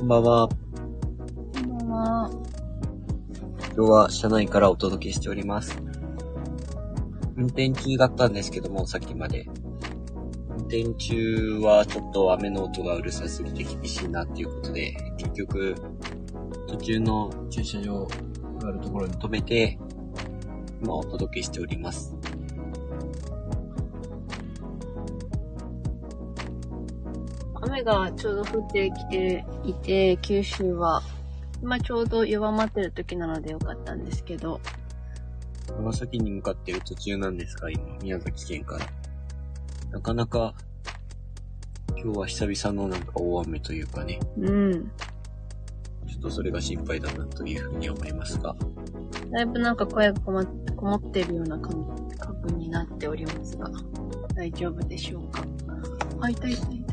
こんばんは。 こんばんは。 今日は車内からお届けしております。運転中だったんですけども、さっきまで。運転中はちょっと雨の音がうるさすぎて厳しいなっていうことで、結局、途中の駐車場があるところに止めて、今お届けしております。 雨がちょうど降ってきていて、九州は今ちょうど弱まってる時なのでよかったんですけど、 長崎に向かっている途中なんですが、今、宮崎県から。なかなか、今日は久々のなんか大雨というかね。ちょっとそれが心配だなというふうに思いますが。 だいぶなんか声がこもってるような感覚になっておりますが、大丈夫でしょうか。あ、いた。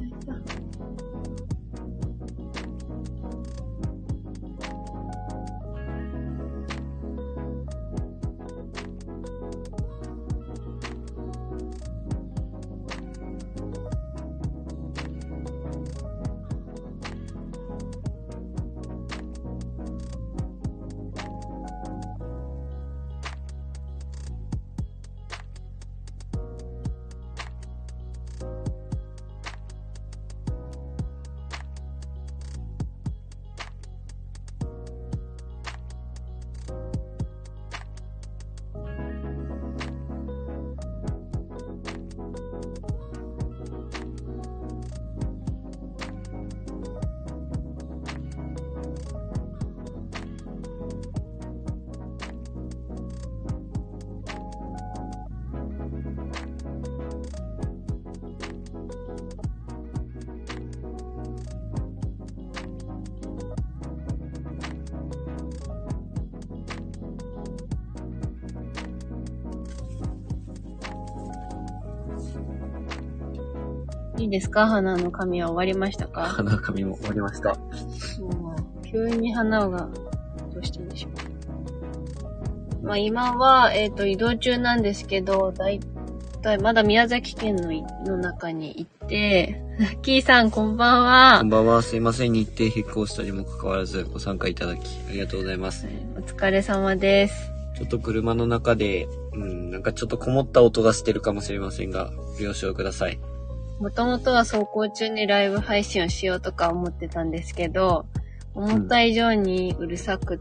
いいですか？花の髪は終わりましたか？ 花髪も終わりました。 急に花がどうしたんでしょう。まあ今は、移動中なんですけど、だいたいまだ宮崎県の中に行って、キーさんこんばんは。 こんばんは。すいません。日程変更したにもかかわらずご参加いただきありがとうございます。 お疲れ様です。 ちょっと車の中で、なんかちょっとこもった音がしてるかもしれませんが、ご了承ください。 もともとは走行中にライブ配信をしようとか思ってたんですけど、思った以上にうるさくって、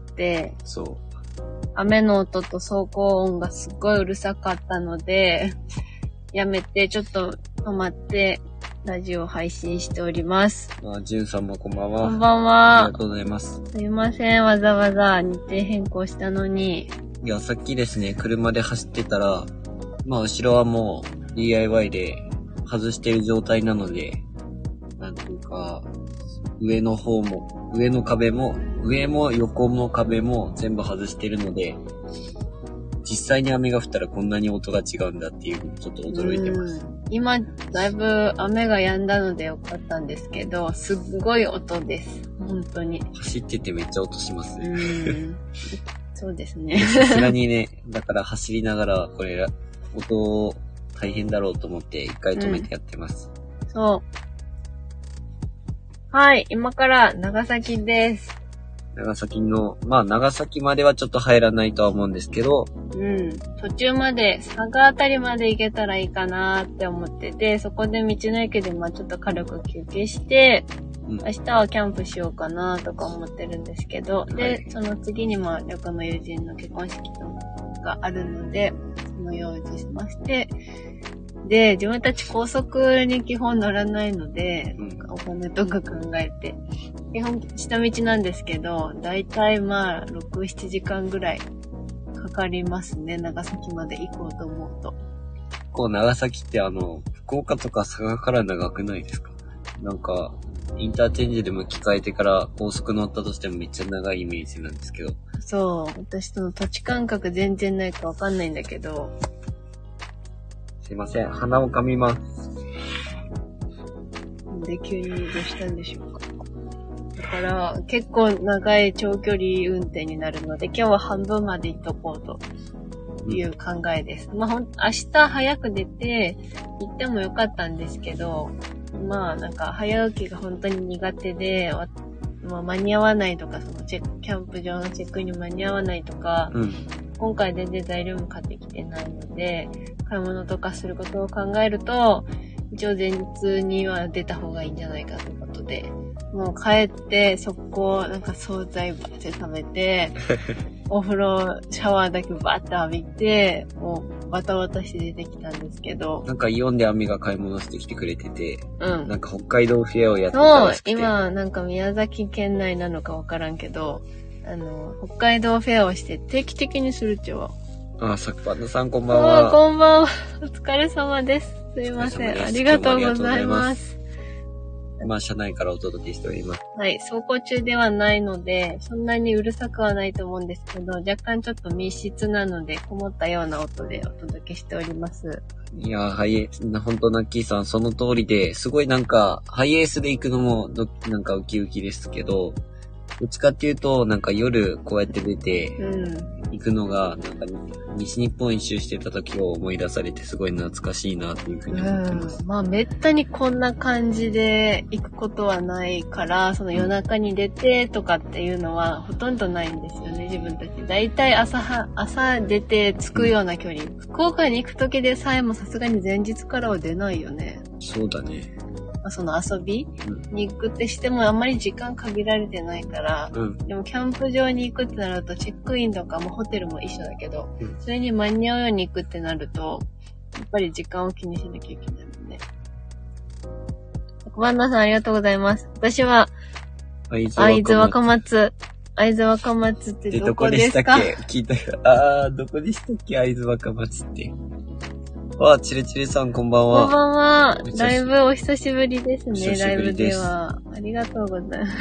そう。 雨の音と走行音がすっごいうるさかったので、やめてちょっと止まってラジオ配信しております。 じゅんさんもこんばんは。 こんばんは。 ありがとうございます。 すいません、わざわざ日程変更したのに。 いや、さっきですね、車で走ってたら、後ろはもう DIY で外している状態なので、なんていうか、上の壁も、上も横の壁も全部外しているので、実際に雨が降ったらこんなに音が違うんだっていうふうにちょっと驚いてます。 今、だいぶ雨が止んだのでよかったんですけど、すっごい音です。本当に。 走っててめっちゃ音しますね。 そうですね。 さすがにね、だから走りながら、これ、音大変だろうと思って一回止めてやってます。 そう。はい、今から長崎です。 長崎まではちょっと入らないとは思うんですけど、 途中まで、佐賀あたりまで行けたらいいかなって思ってて、そこで道の駅でちょっと軽く休憩して、明日はキャンプしようかなとか思ってるんですけど、で、その次に旅行の友人の結婚式があるので、その用事しまして、で、自分たち高速に基本乗らないので、お金とか考えて、基本下道なんですけど、だいたい6、7時間ぐらいかかりますね、長崎まで行こうと思うと。 結構長崎って福岡とか佐賀から長くないですか？なんか、インターチェンジで向き換えてから高速乗ったとしてもめっちゃ長いイメージなんですけど。 そう、私その土地感覚全然ないかわかんないんだけど。 すいません、鼻を噛みます。 で、急にどうしたんでしょうか。だから、結構長い長距離運転になるので、今日は半分まで行っとこうという考えです。明日早く出て行ってもよかったんですけど、なんか早起きが本当に苦手で、 まあ間に合わないとか、そのキャンプ場のチェックインに間に合わないとか、今回全然材料も買ってきてないので、買い物とかすることを考えると、一応前日には出た方がいいんじゃないかということで、もう帰って速攻なんか惣菜バーって食べて、お風呂、シャワーだけバーって浴びて、もうバタバタして出てきたんですけど。 なんかイオンでアミが買い物してきてくれてて、なんか北海道フェアをやってたらしくて。 そう、今なんか宮崎県内なのかわからんけど、北海道フェアをして定期的にするっちゃわ。 あ、サクパンダさんこんばんは。 こんばんは。お疲れ様です。すいません。ありがとうございます。 まあ、車内からお届けしております。 はい、走行中ではないので、そんなにうるさくはないと思うんですけど、若干ちょっと密室なので、こもったような音でお届けしております。 いやー、ほんとナッキーさん、その通りで、すごいなんか、ハイエースで行くのも、なんかウキウキですけど、どっちかっていうと、なんか夜こうやって出て、行くのが、なんか西日本一周してた時を思い出されて、すごい懐かしいなっていうふうに思ってます。 まあ、めったにこんな感じで行くことはないから、その夜中に出てとかっていうのはほとんどないんですよね、自分たち。だいたい朝出て着くような距離。福岡に行く時でさえもさすがに前日からは出ないよね。 そうだね。 その遊びに行くってしてもあんまり時間限られてないから、でもキャンプ場に行くってなるとチェックインとかもホテルも一緒だけど、それに間に合うように行くってなると、やっぱり時間を気にしなきゃいけないもんね。バンナさんありがとうございます。私は、会津若松。会津若松ってどこですか？ どこでしたっけ？聞いたよ。どこでしたっけ？会津若松って。チルチルさんこんばんは。 こんばんは。ライブお久しぶりですね。ライブでは。ありがとうございます。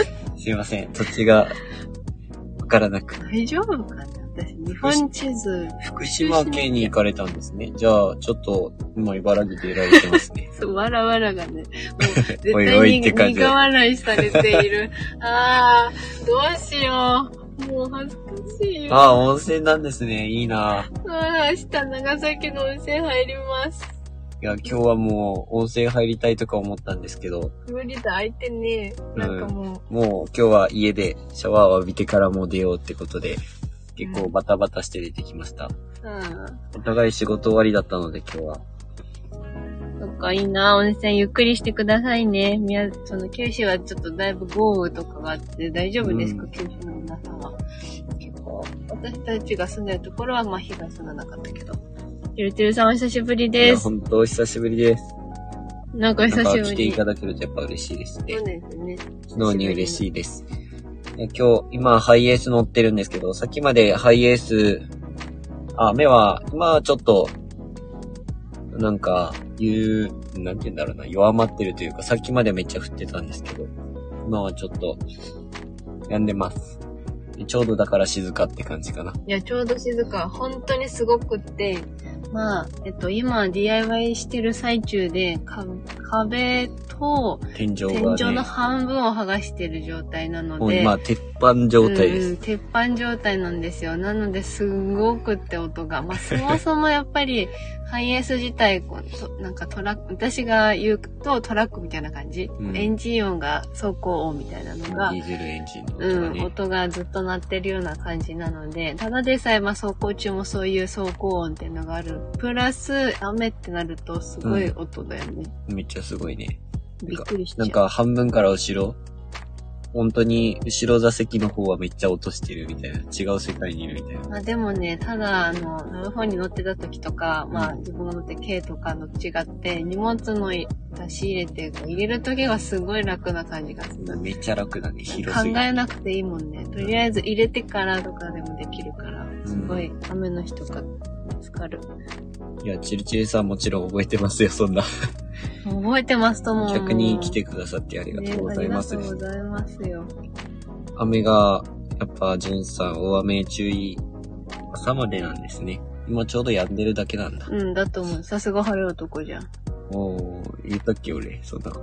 すいません。土地がわからなく。 大丈夫かな？私、日本地図。 福島県に行かれたんですね。じゃあ、ちょっと、今茨城でやられてますね。 そう、わらわらがね。もう、絶対に苦笑いされている。どうしよう。もう恥ずかしいよ。 温泉なんですね。いいな。 明日長崎の温泉入ります。 いや、今日はもう温泉入りたいとか思ったんですけど。 無理だ、空いてね。なんかもう。 もう今日は家でシャワーを浴びてからもう出ようってことで、結構バタバタして出てきました。お互い仕事終わりだったので今日は。 そっか、いいな。温泉ゆっくりしてくださいね。その九州はちょっとだいぶ豪雨とかがあって大丈夫ですか、九州の皆さんは。結構、私たちが住んでるところはまあ被害そんななかったけど。てるてるさんお久しぶりです。 ほんとお久しぶりです。 なんか久しぶり。 来ていただけるとやっぱ嬉しいですね。 そうですね。 非常に嬉しいです。今ハイエース乗ってるんですけど、さっきまでハイエース、雨は、今はちょっと、なんか、なんて言うんだろうな、弱まってるというか、さっきまでめっちゃ降ってたんですけど、今はちょっと、止んでます。ちょうどだから静かって感じかな。 いや、ちょうど静か。本当にすごくって、まあ、今 DIY してる最中で、壁と天井の半分を剥がしてる状態なので、 まあ、鉄板状態です。 鉄板状態なんですよ。なので、すごくって音が。まあ、そもそもやっぱり、ハイエース自体、なんか私が言うとトラックみたいな感じ。エンジン音が走行音みたいなのが、 ディーゼルエンジンの音がね。 音がずっと鳴ってるような感じなので、ただでさえ走行中もそういう走行音っていうのがある。プラス、雨ってなるとすごい音だよね。 めっちゃすごいね。 びっくりしちゃう。 なんか半分から後ろ、本当に後ろ座席の方はめっちゃ落としてるみたいな、違う世界にいるみたいな。 まあでもね、ただ乗る方に乗ってた時とか、まあ自分が乗って軽とかの違って、荷物の出し入れて入れる時はすごい楽な感じがする。 めっちゃ楽だね、広すぎて。考えなくていいもんね。とりあえず入れてからとかでもできるから、すごい雨の日とか助かる。 いや、チルチルさんもちろん覚えてますよ、そんな。 覚えてますとも。 逆に来てくださってありがとうございます。 ありがとうございますよ。 雨が、やっぱ、じゅんさん、大雨注意、朝までなんですね。今ちょうど止んでるだけなんだ。 だと思う。さすが晴れ男じゃん。 言ったっけ俺、そんなこと。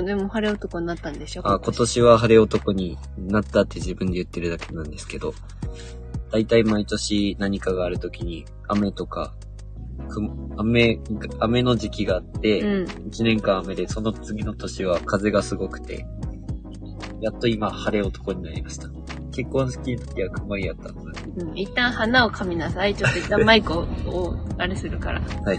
でも晴れ男になったんでしょ？ 今年は晴れ男になったって自分で言ってるだけなんですけど、だいたい毎年何かがあるときに、雨とか、 雨の時期があって、 うん。 1年間雨で、その次の年は風がすごくて、やっと今晴れ男になりました。結婚式の時は曇りやったんだ。 うん。一旦花を噛みなさい。ちょっと一旦マイクをあれするから。 はい。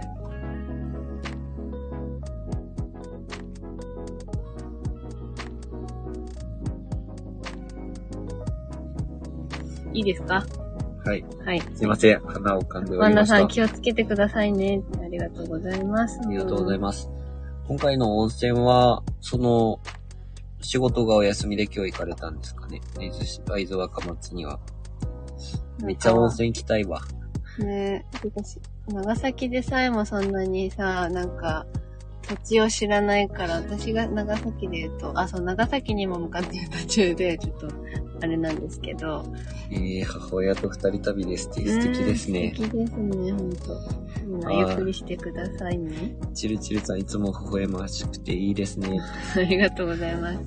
いいですか？ はい。 はい。 すいません。花を噛んでおワンりました。 ダさん気をつけてくださいね。ありがとうございます。 ありがとうございます。今回の温泉は、仕事がお休みで今日行かれたんですかね。会津若松には。めっちゃ温泉行きたいわ。 ねえ、私、長崎でさえもそんなにさ、なんか、土地を知らないから、私が長崎で言うと、そう、長崎にも向かっている途中で、ちょっと、あれなんですけど。 母親と二人旅ですって素敵ですね。 素敵ですね、ほんと。みんなゆっくりしてくださいね。 チルチルさんいつも微笑ましくていいですね。 ありがとうございます。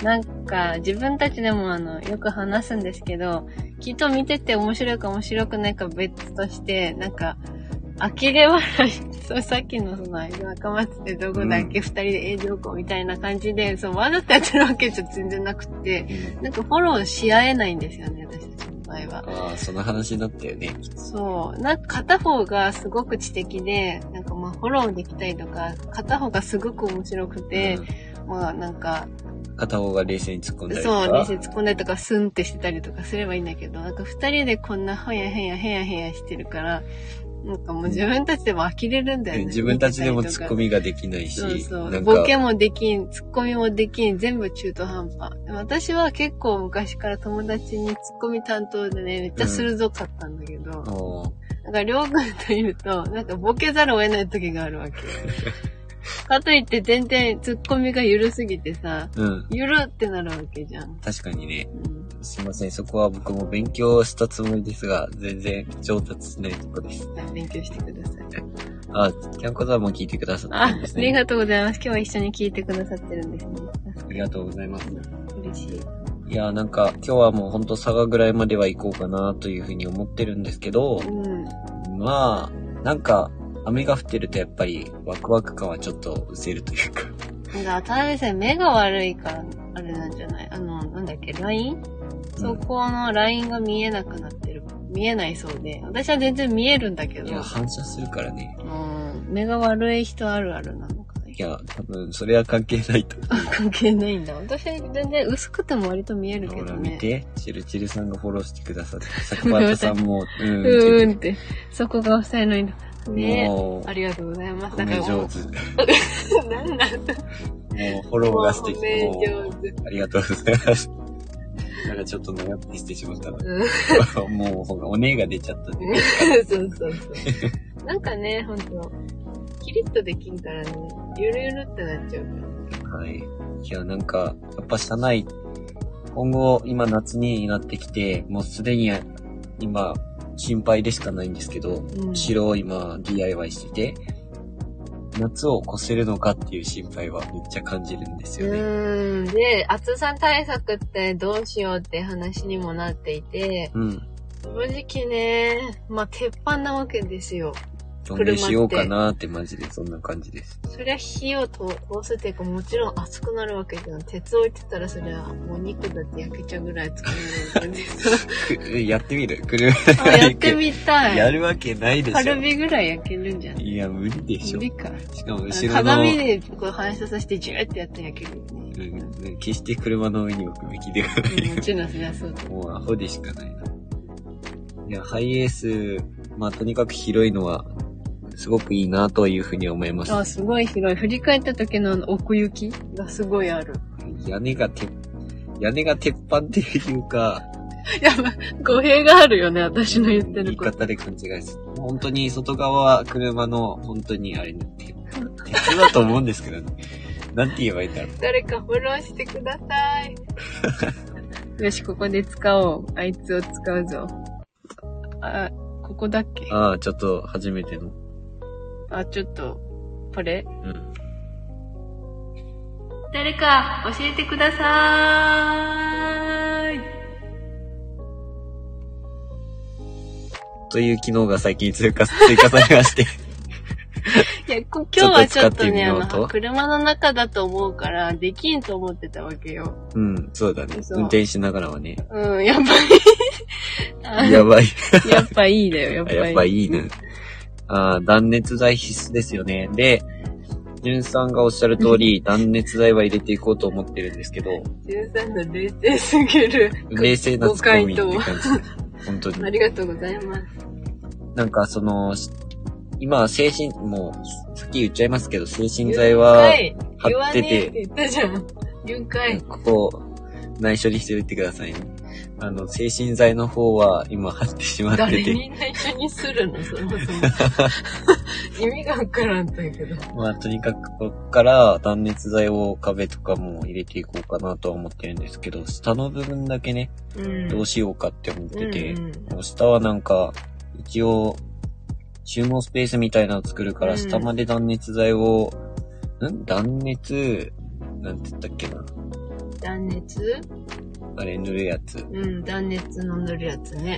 なんか、自分たちでもよく話すんですけど、きっと見てて面白いか面白くないか別として、なんか、呆れ笑い、そう、さっきの若松ってどこだっけ、二人で営業校みたいな感じで、わざとやってるわけじゃ全然なくて、なんかフォローし合えないんですよね、私たちの場合は。 その話だったよね。 そう。なんか片方がすごく知的で、なんかフォローできたりとか、片方がすごく面白くて、なんか、 片方が冷静に突っ込んだりとか。 そう、冷静に突っ込んだりとか、スンってしてたりとかすればいいんだけど、なんか二人でこんなへやしてるから、なんかもう自分たちでも呆れるんだよね。 自分たちでもツッコミができないし。 そう。ボケもできん、ツッコミもできん、全部中途半端。私は結構昔から友達にツッコミ担当でね、めっちゃ鋭かったんだけど、なんかりょうくんといると、なんかボケざるを得ない時があるわけ。かといって全然ツッコミが緩すぎてさ、ゆるってなるわけじゃん。 確かにね。すいません、そこは僕も勉強したつもりですが、全然上達しないとこです。 勉強してください。 キャンコさんも聞いてくださってるんですね。 ありがとうございます。今日は一緒に聞いてくださってるんですね。 ありがとうございます。 嬉しい。 いや、なんか今日はもうほんと佐賀ぐらいまでは行こうかなというふうに思ってるんですけど、まあ、なんか雨が降ってるとやっぱりワクワク感はちょっと失せるというか。 田辺さん目が悪いからあれなんじゃない？なんだっけ、ライン？そこのラインが見えなくなってる。見えないそうで。私は全然見えるんだけど。 いや、反射するからね。 目が悪い人あるあるなのかな。 いや、多分、それは関係ないと。 関係ないんだ。私は全然薄くても割と見えるけどね。ほら見て。チルチルさんがフォローしてくださって。サクパートさんも、 って。そこが遅いのに。ねえ。ありがとうございます。 褒め上手。 なんだもうフォローが素敵。 褒め上手。 ありがとうございます。なんかちょっと長くしてしまったの。もう、お姉が出ちゃったね。 そう。なんかね、ほんと、キリッとできんからね、ゆるゆるってなっちゃうから。 はい。いや、なんか、やっぱ車内、今後、今夏になってきて、もうすでに、今、心配でしかないんですけど、城を今 DIY してて、夏を越せるのかっていう心配はめっちゃ感じるんですよね。 で、暑さ対策ってどうしようって話にもなっていて、正直ね、鉄板なわけですよ。 どんでしようかなーってマジでそんな感じです。 そりゃ火を通すっていうかもちろん熱くなるわけじゃん。鉄置いてたらそりゃもう肉だって焼けちゃうぐらい熱くなるわけです。 やってみるやってみたい。 やるわけないでしょ。 カルビぐらい焼けるんじゃん。 いや、無理でしょ。 無理か。 しかも後ろの。 鏡でこう反射させてジューってやったら焼けるよね。 決して車の上に置くべきではない。 もちろんそりゃそうだ。 もうアホでしかないな。いや、ハイエース、とにかく広いのは、すごくいいなというふうに思います。 すごい広い。振り返った時の奥行きがすごいある。 屋根が鉄板っていうか、 語弊があるよね、私の言ってること。 言い方で勘違いする。本当に外側は車の、本当にあれね、鉄だと思うんですけどね。なんて言えばいいんだろう。 誰かフォローしてください。よし、ここで使おう。あいつを使うぞ。ここだっけ？ ちょっと初めての。 ちょっと、これ？誰か教えてくださーい。 という機能が最近追加されまして。 いや、今日はちょっとね、車の中だと思うから、できんと思ってたわけよ。 うん、そうだね。運転しながらはね。 うん、やっぱり。 やばい。 やっぱいいだよ、やっぱいい。 やっぱいいね。断熱材必須ですよね。で、じゅんさんがおっしゃる通り、断熱材は入れていこうと思ってるんですけど。 じゅんさんの冷静すぎる。 冷静なツッコミって感じで。本当に。 ありがとうございます。 なんか今、もう、さっき言っちゃいますけど、精神剤は貼ってて。 言ったじゃん。4回。 ここ、内緒にしておいてくださいね。精神剤の方は今貼ってしまってて。 誰に内緒にするのそもそも。意味がわからんとやけど。 まあ、とにかくこっから断熱材を壁とかも入れていこうかなとは思ってるんですけど、下の部分だけね、どうしようかって思ってて、下はなんか、一応、収納スペースみたいなのを作るから、下まで断熱材を、なんて言ったっけな。 断熱？ あれ塗るやつ。 断熱の塗るやつね。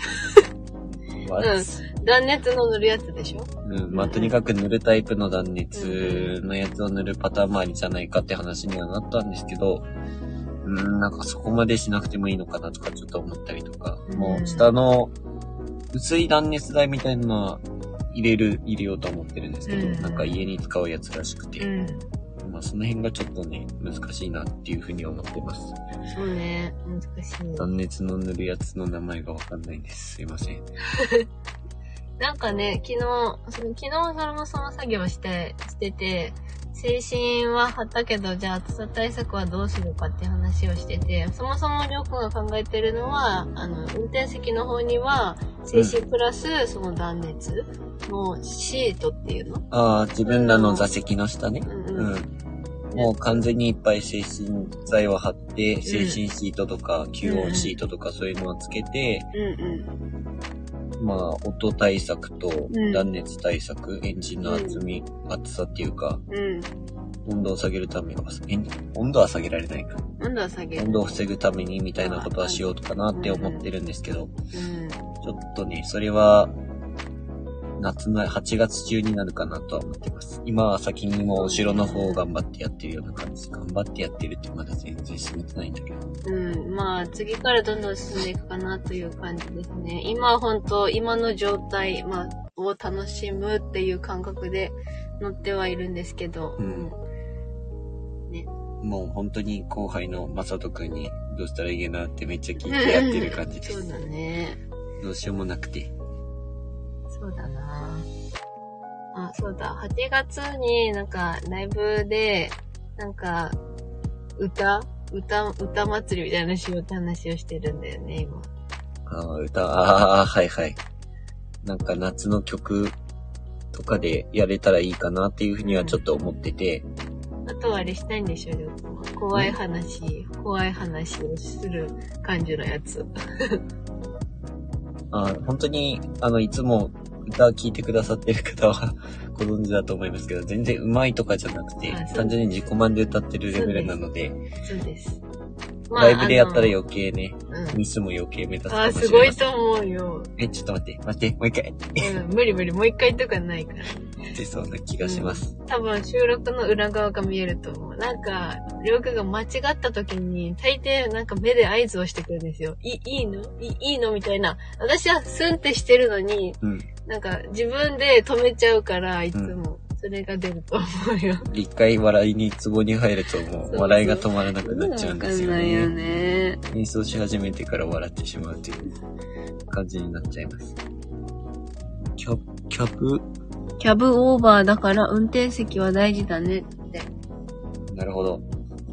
断熱の塗るやつでしょ？ まあ、とにかく塗るタイプの断熱のやつを塗るパターンもありじゃないかって話にはなったんですけど、なんかそこまでしなくてもいいのかなとかちょっと思ったりとか、もう下の薄い断熱材みたいなのは入れようと思ってるんですけど、なんか家に使うやつらしくて、まあその辺がちょっとね、難しいなっていうふうに思ってます。 そうね、難しい。 断熱の塗るやつの名前がわかんないんです。すいません。 なんかね、昨日その作業してて、精神は貼ったけど、じゃあ暑さ対策はどうするかって話をしてて、そもそもりょうくんが考えてるのは、運転席の方には、精神プラス、その断熱のシートっていうの？ 自分らの座席の下ね。もう完全にいっぱい精神剤を貼って、精神シートとか、吸音シートとかそういうのをつけて、まあ、音対策と断熱対策、エンジンの厚さっていうか、温度を下げるためは、温度は下げられないか。温度を防ぐためにみたいなことはしようとかなって思ってるんですけど、ちょっとね、それは、夏の8月中になるかなとは思ってます。今は先にもう後ろの方を頑張ってやってるような感じ。頑張ってやってるってまだ全然進めてないんだけど。 まあ次からどんどん進んでいくかなという感じですね。今は本当今の状態、を楽しむっていう感覚で乗ってはいるんですけど。 ね。もう本当に後輩のまさとくんにどうしたらいいかなってめっちゃ聞いてやってる感じです。 そうだね。 どうしようもなくて。 そうだな。そうだ。8月になんかライブで、なんか歌祭りみたいなしようって話をしてるんだよね、今。 はいはい。なんか夏の曲とかでやれたらいいかなっていうふうにはちょっと思ってて。 あとはあれしたいんでしょ、りょうくんは。怖い話をする感じのやつ。 本当に、いつも歌聴いてくださってる方はご存知だと思いますけど、全然上手いとかじゃなくて、単純に自己満で歌ってるレベルなので、 そうです。 ライブでやったら余計ね、ミスも余計目立つかもしれない。 すごいと思うよ。 ちょっと待って、もう一回。 無理、もう一回とかないから。 出そうな気がします。 多分収録の裏側が見えると思う。なんか、りょうくんが間違った時に、大抵なんか目で合図をしてくるんですよ。いいのみたいな。私はスンってしてるのに、なんか自分で止めちゃうから、いつも。それが出ると思うよ。 一回笑いにツボに入るともう笑いが止まらなくなっちゃうんですよね。 わかんないよね。 演奏し始めてから笑ってしまうという感じになっちゃいます。キャブオーバーだから運転席は大事だねって。 なるほど。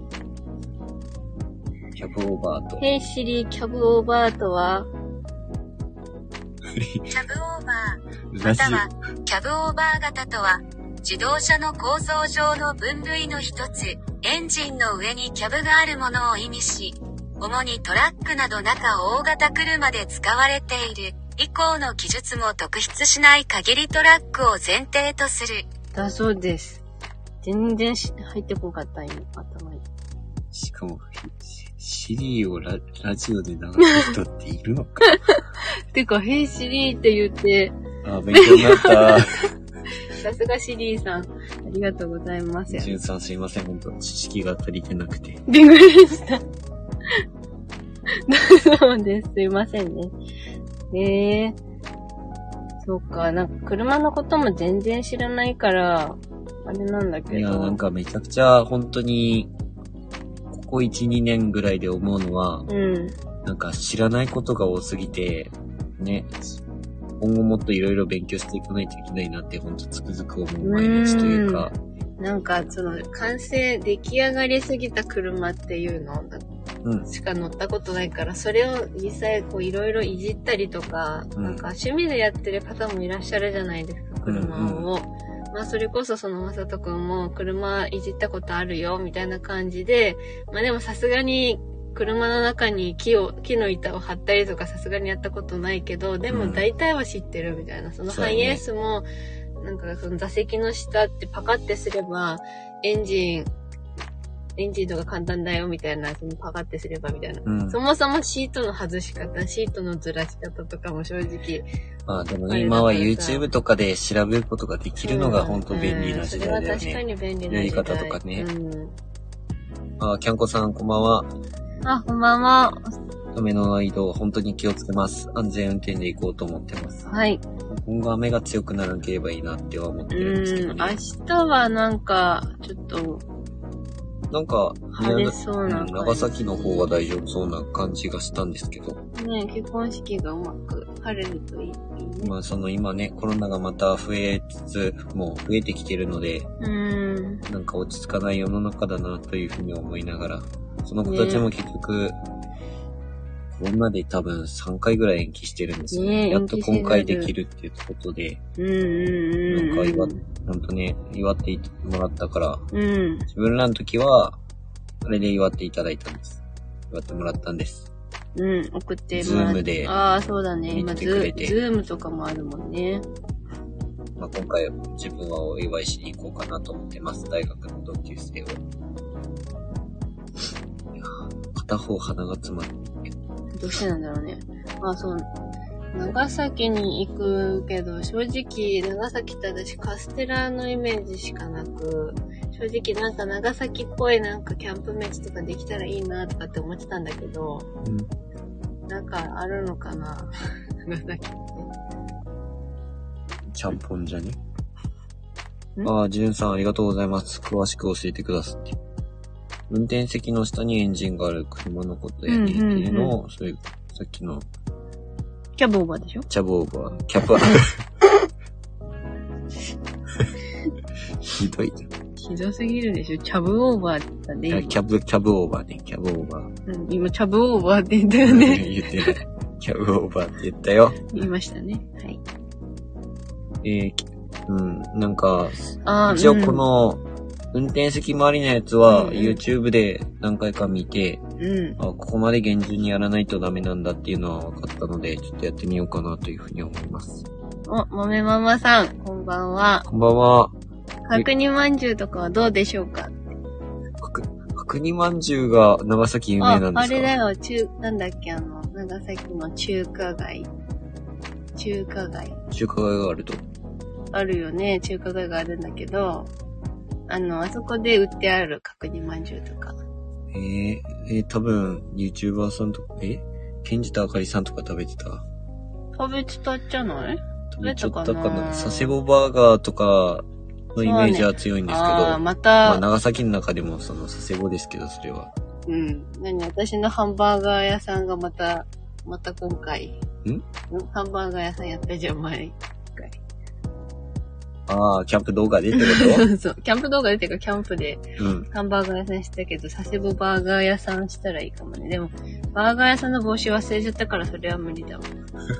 キャブオーバーと。 ヘイシリキャブオーバーとはキャブオーバー、またはキャブオーバー型とは、自動車の構造上の分類の一つ、エンジンの上にキャブがあるものを意味し、主にトラックなど中大型車で使われている、以降の記述も特筆しない限りトラックを前提とする。 だそうです。全然入ってこなかった今、頭に。 しかも、 シリをラジオで流す人っているのかてか、ヘイシリーって言って、 勉強になった。 さすがシリーさん。ありがとうございます。 ジュンさんすいません。本当知識が足りてなくて。 びっくりした。そうです。すいませんね。そうか。なんか車のことも全然知らないから、あれなんだけど。 いや、なんかめちゃくちゃ本当に、ここ1、2年ぐらいで思うのは、なんか知らないことが多すぎて、ね、今後もっといろいろ勉強していかないといけないなってほんとつくづく思う毎日というか。 なんかその完成出来上がりすぎた車っていうのしか乗ったことないから、それを実際こういろいろいじったりとか、なんか趣味でやってる方もいらっしゃるじゃないですか、車を。まあそれこそそのまさとくんも車いじったことあるよみたいな感じで、まあでもさすがに車の中に木の板を張ったりとかさすがにやったことないけど、でも大体は知ってるみたいな。そのハイエースも、なんかその座席の下ってパカってすれば、エンジンとか簡単だよみたいな、そのパカってすればみたいな。そもそもシートの外し方、シートのずらし方とかも正直。 まあでも今は YouTube とかで調べることができるのが本当便利な時代だよね。 それは確かに便利な時代。 やり方とかね。キャンコさんこんばんは。 こんばんは。 雨の移動本当に気をつけます。安全運転で行こうと思ってます。 はい。 今後雨が強くならなければいいなっては思ってるんですけどね。 明日はなんか、ちょっと、 なんか、 晴れそうな長崎の方は大丈夫そうな感じがしたんですけど。 ね、結婚式がうまく晴れるといいね。 まあその今ね、コロナがまた増えつつ、もう増えてきてるので、なんか落ち着かない世の中だなというふうに思いながら、その子たちも結局、コロナで多分3回ぐらい延期してるんですよね。やっと今回できるっていうことで、なんかほんとね、祝ってもらったから、自分らの時は、あれで祝っていただいたんです。祝ってもらったんです。 送ってもズームで。 そうだね。今ズームとかもあるもんね。 まあ今回自分はお祝いしに行こうかなと思ってます。大学の同級生を。片方鼻が詰まる。 どうしてなんだろうね。そう。長崎に行くけど、正直、長崎って私カステラのイメージしかなく、正直なんか長崎っぽいなんかキャンプ飯とかできたらいいなとかって思ってたんだけど、なんかあるのかな長崎って。 ちゃんぽんじゃね。ジュンさんありがとうございます。詳しく教えてくださって。運転席の下にエンジンがある車のことやねっていうのを、そういう、さっきの。 キャブオーバーでしょ？ キャブオーバー。キャブひどい。 ひどすぎるでしょ？キャブオーバーだね。 キャブオーバーね。キャブオーバー。 今、キャブオーバーって言ったよね。 言ってない。キャブオーバーって言ったよ。 言いましたね。はい。 なんか、一応この、運転席周りのやつは YouTube で何回か見て、ここまで厳重にやらないとダメなんだっていうのは分かったので、ちょっとやってみようかなというふうに思います。 もめママさん、こんばんは。 こんばんは。 角煮まんじゅうとかはどうでしょうか？ 角煮まんじゅうが長崎有名なんですか？ あれだよ、なんだっけ、長崎の中華街があると。 あるよね、中華街があるんだけど、あそこで売ってある角煮まんじゅうとか。 多分、YouTuber さんとか、ケンジとあかりさんとか食べてた？ 食べてたじゃない？食べたかな？ 佐世保バーガーとかのイメージは強いんですけど、まあ長崎の中でもその佐世保ですけど、それは。 私のハンバーガー屋さんがまた今回。ハンバーガー屋さんやったじゃん、前。 キャンプ動画でってことそう、キャンプ動画でっていうか、キャンプで、ハンバーガー屋さんしたけど、佐世保バーガー屋さんしたらいいかもね。でも、バーガー屋さんの帽子忘れちゃったから、それは無理だもん。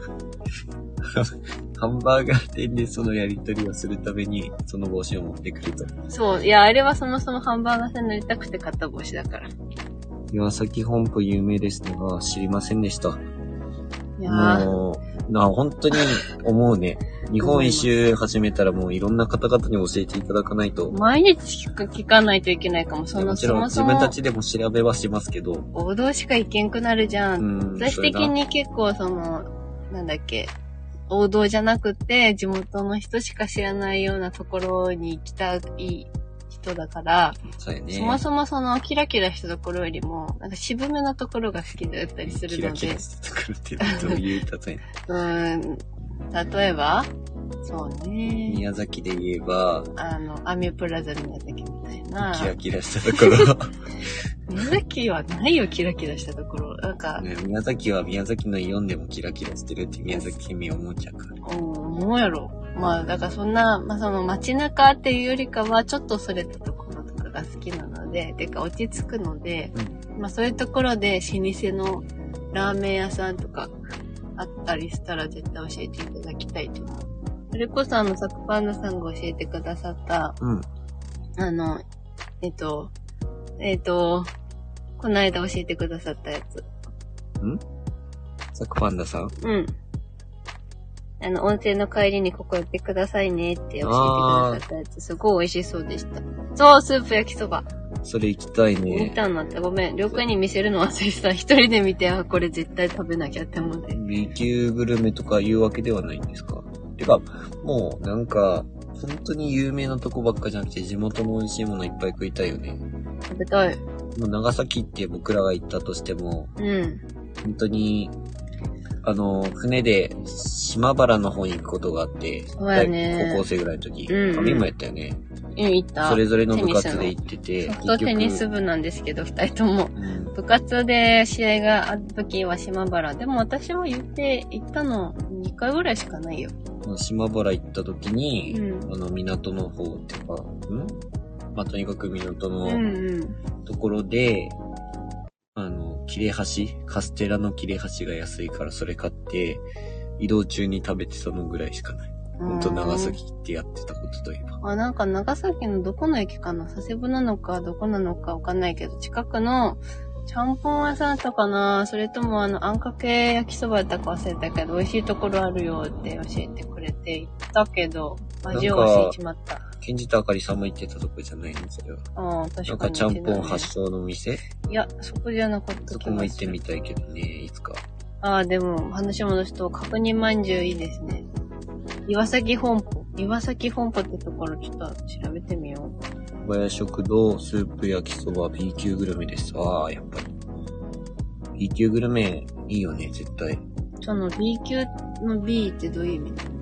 ハンバーガー店でそのやり取りをするために、その帽子を持ってくると。 そう、いや、あれはそもそもハンバーガー屋さんになりたくて買った帽子だから。 岩崎本舗有名ですが、知りませんでした。 いやー。 本当に思うね。日本一周始めたらもういろんな方々に教えていただかないと。 毎日聞かないといけないかも。 もちろん自分たちでも調べはしますけど。 王道しか行けんくなるじゃん。私的に結構なんだっけ、王道じゃなくて地元の人しか知らないようなところに行きたい人だから、 そうやね、 そもそもキラキラしたところよりも、なんか渋めなところが好きだったりするので。 キラキラしたところってどういう例え例えばそうね。 宮崎で言えば、 アミュプラザ宮崎みたいな。 キラキラしたところ。 宮崎はないよ、キラキラしたところ。なんか、 ね、宮崎は宮崎のイオンでもキラキラしてるって宮崎県民思っちゃうから。 思うやろ。まあ、だからそんな、街中っていうよりかは、ちょっとそれたところとかが好きなので、てか落ち着くので、そういうところで老舗のラーメン屋さんとかあったりしたら絶対教えていただきたいと思う。それこそサクパンダさんが教えてくださった、この間教えてくださったやつ。 サクパンダさん？ 温泉の帰りにここ寄ってくださいねって教えてくださったやつ、すごい美味しそうでした。そう、スープ焼きそば。 それ行きたいね。 見たんだって、ごめん。りょうくんに見せるの忘れてた。一人で見て、これ絶対食べなきゃって思って。 B 級グルメとかいうわけではないんですか？てか、もうなんか、本当に有名なとこばっかじゃなくて、地元の美味しいものいっぱい食いたいよね。 食べたい。 もう長崎って僕らが行ったとしても、本当に、船で島原の方に行くことがあって、 そうやね、 高校生ぐらいの時。今やったよね。 行った。 それぞれの部活で行ってて。 ソフトテニス部なんですけど、二人とも。部活で試合があった時は島原。でも私は行ったの2回ぐらいしかないよ。 島原行った時に、港の方っていうか、とにかく港のところで、切れ端カステラの切れ端が安いからそれ買って、移動中に食べてたのぐらいしかない。ほんと長崎ってやってたことといえば。 なんか長崎のどこの駅かな、佐世保なのかどこなのかわかんないけど、近くのちゃんぽん屋さんだったかな、それともあんかけ焼きそばだったか忘れたけど、美味しいところあるよって教えてくれて行ったけど、味を忘れちまった。 ケンジとあかりさんも行ってたとこじゃないのそれは。 確かに。 なんかちゃんぽん発祥の店？ いや、そこじゃなかった気がする。 そこも行ってみたいけどね、いつか。 でも、話戻すと、角煮まんじゅういいですね。岩崎本舗ってところちょっと調べてみよう。 小林食堂、スープ焼きそば、B 級グルメです。やっぱり。B 級グルメ、いいよね、絶対。 その B 級の B ってどういう意味なの？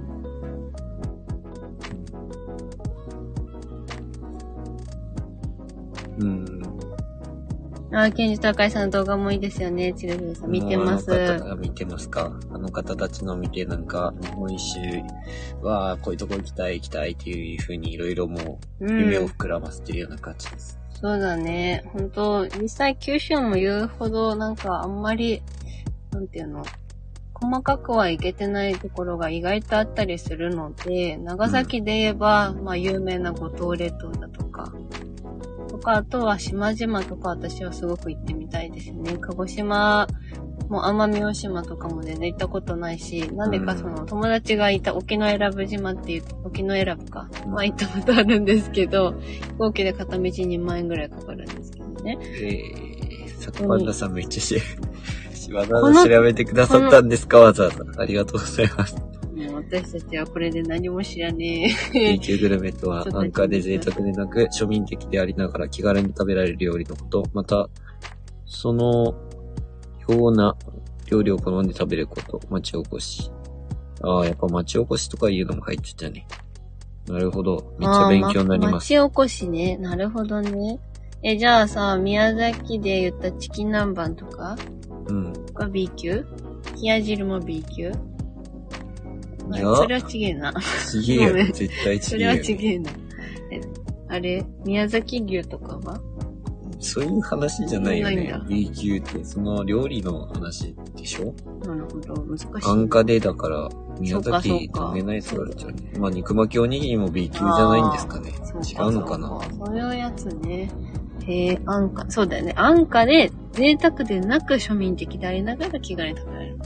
ケンジと赤井さんの動画もいいですよね。チルフさん見てます。 見てますか？あの方たちの見てなんか、日本一周はこういうとこ行きたいっていう風にいろいろもう夢を膨らませてるような感じです。 そうだね。本当実際九州も言うほどなんかあんまり、なんていうの、細かくは行けてないところが意外とあったりするので、長崎で言えば、有名な五島列島だとか、あとは島々とか私はすごく行ってみたいですね。鹿児島も奄美大島とかも全然行ったことないし、なんでか友達がいた沖永良部島っていう、沖永良部か。行ったことあるんですけど、飛行機で片道2万円ぐらいかかるんですけどね。 サクパンダさんめっちゃわざわざ調べてくださったんですか？わざわざ。ありがとうございます。 私たちはこれで何も知らねえ。B 級グルメとは安価で贅沢でなく庶民的でありながら気軽に食べられる料理のこと、またそのような料理を好んで食べること、町おこし。やっぱ町おこしとかいうのも入ってたね。なるほど。めっちゃ勉強になります。 町おこしね。なるほどね。じゃあさ、宮崎で言ったチキン南蛮とかが B 級？冷や汁も B 級？それはちげえな。 ちげえよ。絶対ちげえよ。 それはちげえな。あれ宮崎牛とかは？ そういう話じゃないよね。B 級って、その料理の話でしょ？ なるほど。難しい。 安価でだから、宮崎食べないと言われちゃうね。肉巻きおにぎりも B 級じゃないんですかね。違うのかな？ そういうやつね。安価。そうだよね。安価で、贅沢でなく庶民的でありながら気軽に食べられるもんね。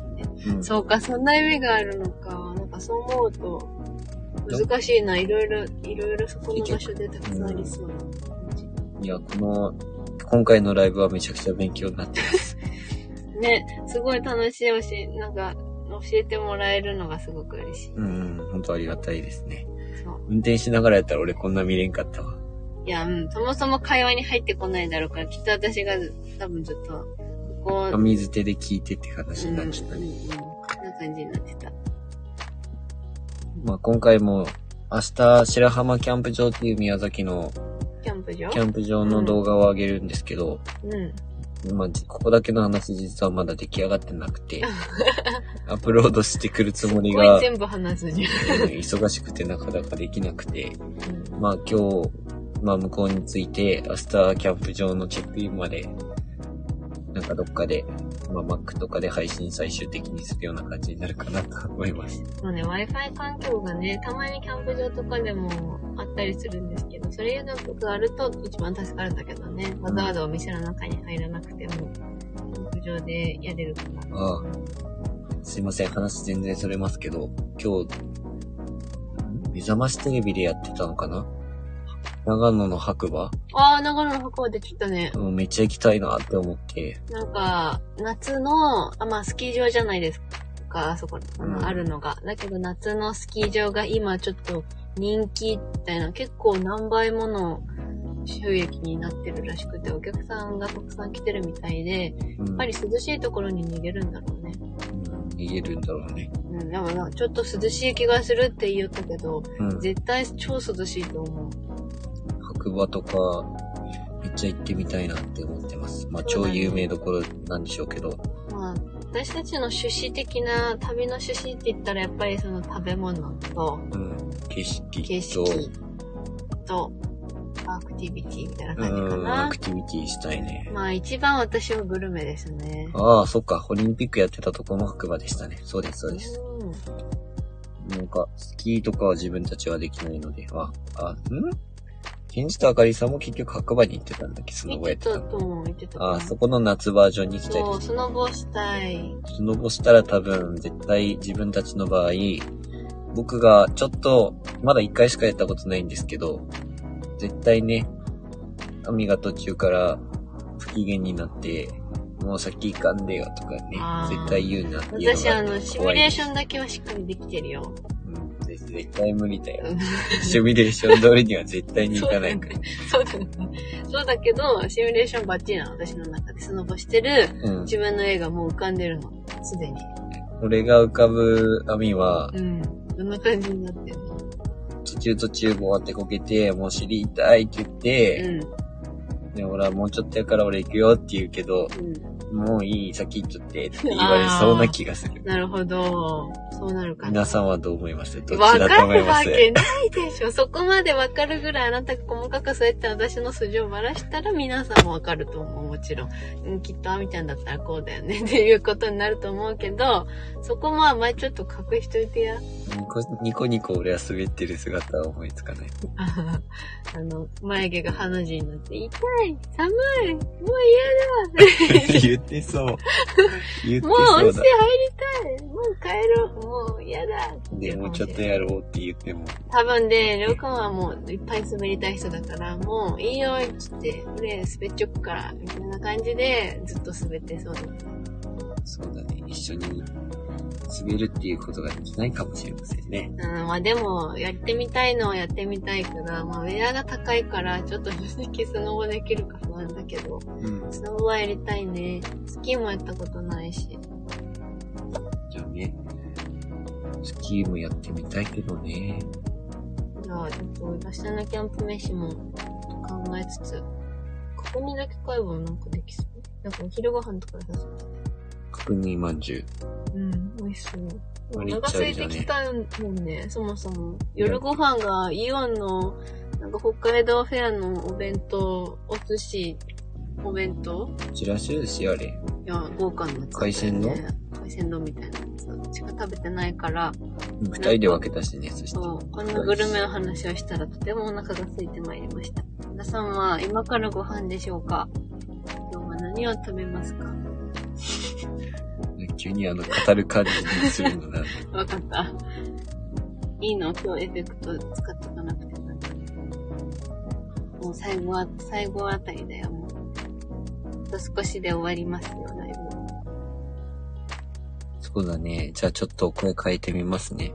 うん、 そうか、そんな意味があるのか。なんかそう思うと、難しいな。いろいろそこの場所でたくさんありそうな感じ。 いや、今回のライブはめちゃくちゃ勉強になってます。 ね、すごい楽しいし、なんか、教えてもらえるのがすごく嬉しい。 本当ありがたいですね。そう。運転しながらやったら俺こんな見れんかったわ。 いや、そもそも会話に入ってこないだろうから、きっと私が多分ずっと、ここ。 水手で聞いてって話になってたね。 こんな感じになってた。 まあ今回も、明日、白浜キャンプ場っていう宮崎の、 キャンプ場の動画を上げるんですけど、まあ、ここだけの話実はまだ出来上がってなくて、アップロードしてくるつもりが、 全部話すじゃん。 忙しくてなかなかできなくて、まあ今日、まあ向こうに着いて、明日キャンプ場のチェックインまで、なんかどっかで、まあ Mac とかで配信最終的にするような感じになるかなと思います。 そうね、Wi-Fi 環境がね、たまにキャンプ場とかでもあったりするんですけど、それがあると一番助かるんだけどね、わざわざお店の中に入らなくても、キャンプ場でやれるから。 ああ。すいません、話全然それますけど、今日、目覚ましテレビでやってたのかな？長野の白馬？ ああ、長野の白馬でちょっとね。 めっちゃ行きたいなって思って。 なんか、夏の、まあスキー場じゃないですか、あそこ、あるのが。だけど夏のスキー場が今ちょっと人気みたいな、結構何倍もの収益になってるらしくて、お客さんがたくさん来てるみたいで、やっぱり涼しいところに逃げるんだろうね。 逃げるんだろうね。 でもちょっと涼しい気がするって言ったけど、絶対超涼しいと思う。 白馬とか、めっちゃ行ってみたいなって思ってます。まあ、超有名どころなんでしょうけど。まあ、 私たちの趣旨的な、旅の趣旨って言ったらやっぱりその食べ物と、 景色と、アクティビティみたいな感じかな。 アクティビティしたいね。 まあ一番私はグルメですね。 ああ、そっか。オリンピックやってたとこも白馬でしたね。そうです、そうです。なんか、スキーとかは自分たちはできないので、ケンジとあかりさんも結局白馬に行ってたんだっけ、スノボやってた。 行ってた。 ああ、そこの夏バージョンに行きたいです、ね。 そう、スノボしたい。 スノボしたら多分、絶対自分たちの場合、僕がちょっと、まだ1回しかやったことないんですけど、絶対ね、アミが途中から不機嫌になって、もう先行かんでよとかね、絶対言うなっていうのが。 私シミュレーションだけはしっかりできてるよ。 絶対無理だよ。シミュレーション通りには絶対に行かないから。 そうだね。そうだけど、シミュレーションバッチリなの、私の中で。スノボしてる、自分の絵がもう浮かんでるの。すでに。 俺が浮かぶ網は、 どんな感じになってるの？ 途中終わってこけて、もう知りたいって言って、で、俺はもうちょっとやから俺行くよって言うけど、もういい、先行っちゃってって言われそうな気がする。 なるほど。そうなるかな。 皆さんはどう思います？どっちだと思います？ わかるわけないでしょ。そこまでわかるぐらいあなたが細かくそうやって私の筋をばらしたら皆さんもわかると思う。もちろん。きっとアミちゃんだったらこうだよねっていうことになると思うけど、そこも前ちょっと隠しといてや。 ニコニコ俺は滑ってる姿は思いつかない。 眉毛がハの字になって、痛い、寒い、もう嫌だ言ってそう。 もう温泉入りたい、もう帰ろう、もう嫌だ。 でもちょっとやろうって言っても。 多分ね、りょうくんはもういっぱい滑りたい人だから、もういいよって言って、俺滑っちょくから、みたいな感じでずっと滑ってそうだった。 そうだね、一緒に滑るっていうことができないかもしれませんね。 まあでも、やってみたいのはやってみたいから、まあウェアが高いから、ちょっと正直スノボできるか不安だけど、スノボはやりたいね。スキーもやったことないし。 じゃあね、スキーもやってみたいけどね。 じゃあ、明日のキャンプ飯も考えつつ、角煮だけ買えばなんかできそう。なんかお昼ご飯とかでさそうだね。 角煮まんじゅう。 美味しそう。お腹空いてきたもんね、そもそも。夜ご飯がイオンの、なんか北海道フェアのお弁当、お寿司、お弁当？ ちらし寿司あれ。 いや、豪華なやつ、ね。 海鮮丼？ 海鮮丼みたいなやつしか食べてないから。 二人で分けたしね、そして。 そう。こんなグルメの話をしたらとてもお腹が空いてまいりました。皆さんは今からご飯でしょうか？今日は何を食べますか？ 急に語る感じにするのだ。 わかった。いいの？今日エフェクト使っておかなくて。もう最後あたりだよ、もう。あと少しで終わりますよ、ライブ。 そうだね。じゃあちょっと声変えてみますね。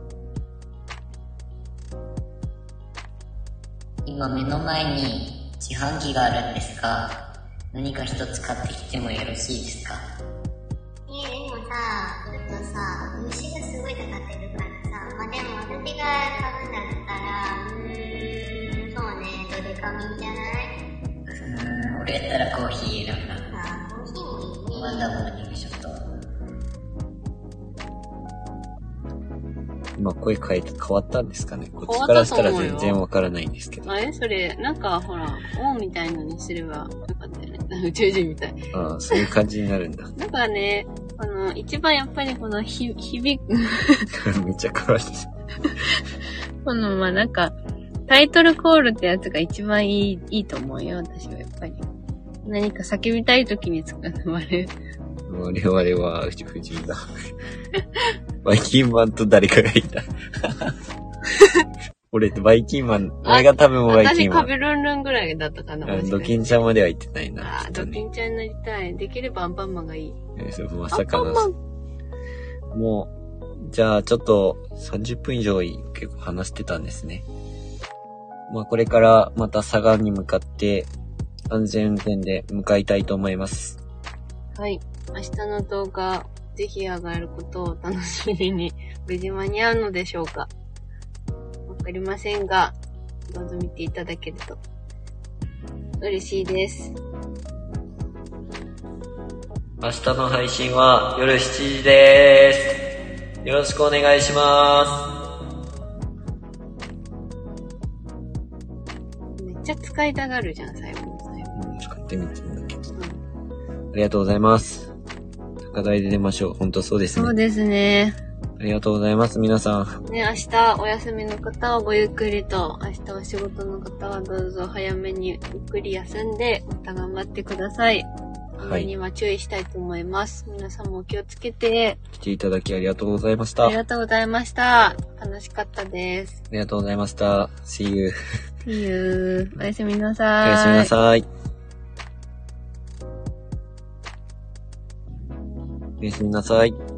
今目の前に自販機があるんですが、何か一つ買ってきてもよろしいですか？ でもさ、ちょっとさ、虫がすごいかかってるからさ、まあ、でも私が買うんだったら、そうね、ドデカミンじゃない？ 俺やったらコーヒー選ぶな。 コーヒーもいいね。 ワンダモーニングショット。 今声変わったんですかね。こっちからしたら全然わからないんですけど。 あれそれ、なんかほら、オンみたいのにすればよかったよね。宇宙人みたい。 ああ、そういう感じになるんだ。 なんかね、一番やっぱりこの響く。 めっちゃ変わってる。 まあ、なんか、タイトルコールってやつが一番いいと思うよ、私はやっぱり。何か叫びたい時に使われる。 我々は宇宙人だ。バイキンマンと誰かがいた。俺ってバイキンマン、俺が多分バイキンマン。 私カビルンルンぐらいだったかな。 ドキンちゃんまでは行ってないな。 ドキンちゃんになりたい。できればアンパンマンがいい。 まさかの。もう、じゃあちょっと30分以上結構話してたんですね。まあこれからまた佐賀に向かって安全運転で向かいたいと思います。 はい。明日の動画、ぜひ上がることを楽しみに、無事間に合うのでしょうか。わかりませんが、どうぞ見ていただけると嬉しいです。 明日の配信は夜7時です。よろしくお願いします。 めっちゃ使いたがるじゃん、最後の最後。 使ってみてるんだけど。ありがとうございます。高台で出ましょう。本当そうですね。 そうですね。 ありがとうございます、皆さん。 ね、明日お休みの方はごゆっくりと、明日お仕事の方はどうぞ早めにゆっくり休んで、また頑張ってください。はい。には注意したいと思います。皆さんもお気をつけて。 来ていただきありがとうございました。 ありがとうございました。楽しかったです。 ありがとうございました。See you. See you. おやすみなさい。 おやすみなさい。おやすみなさい。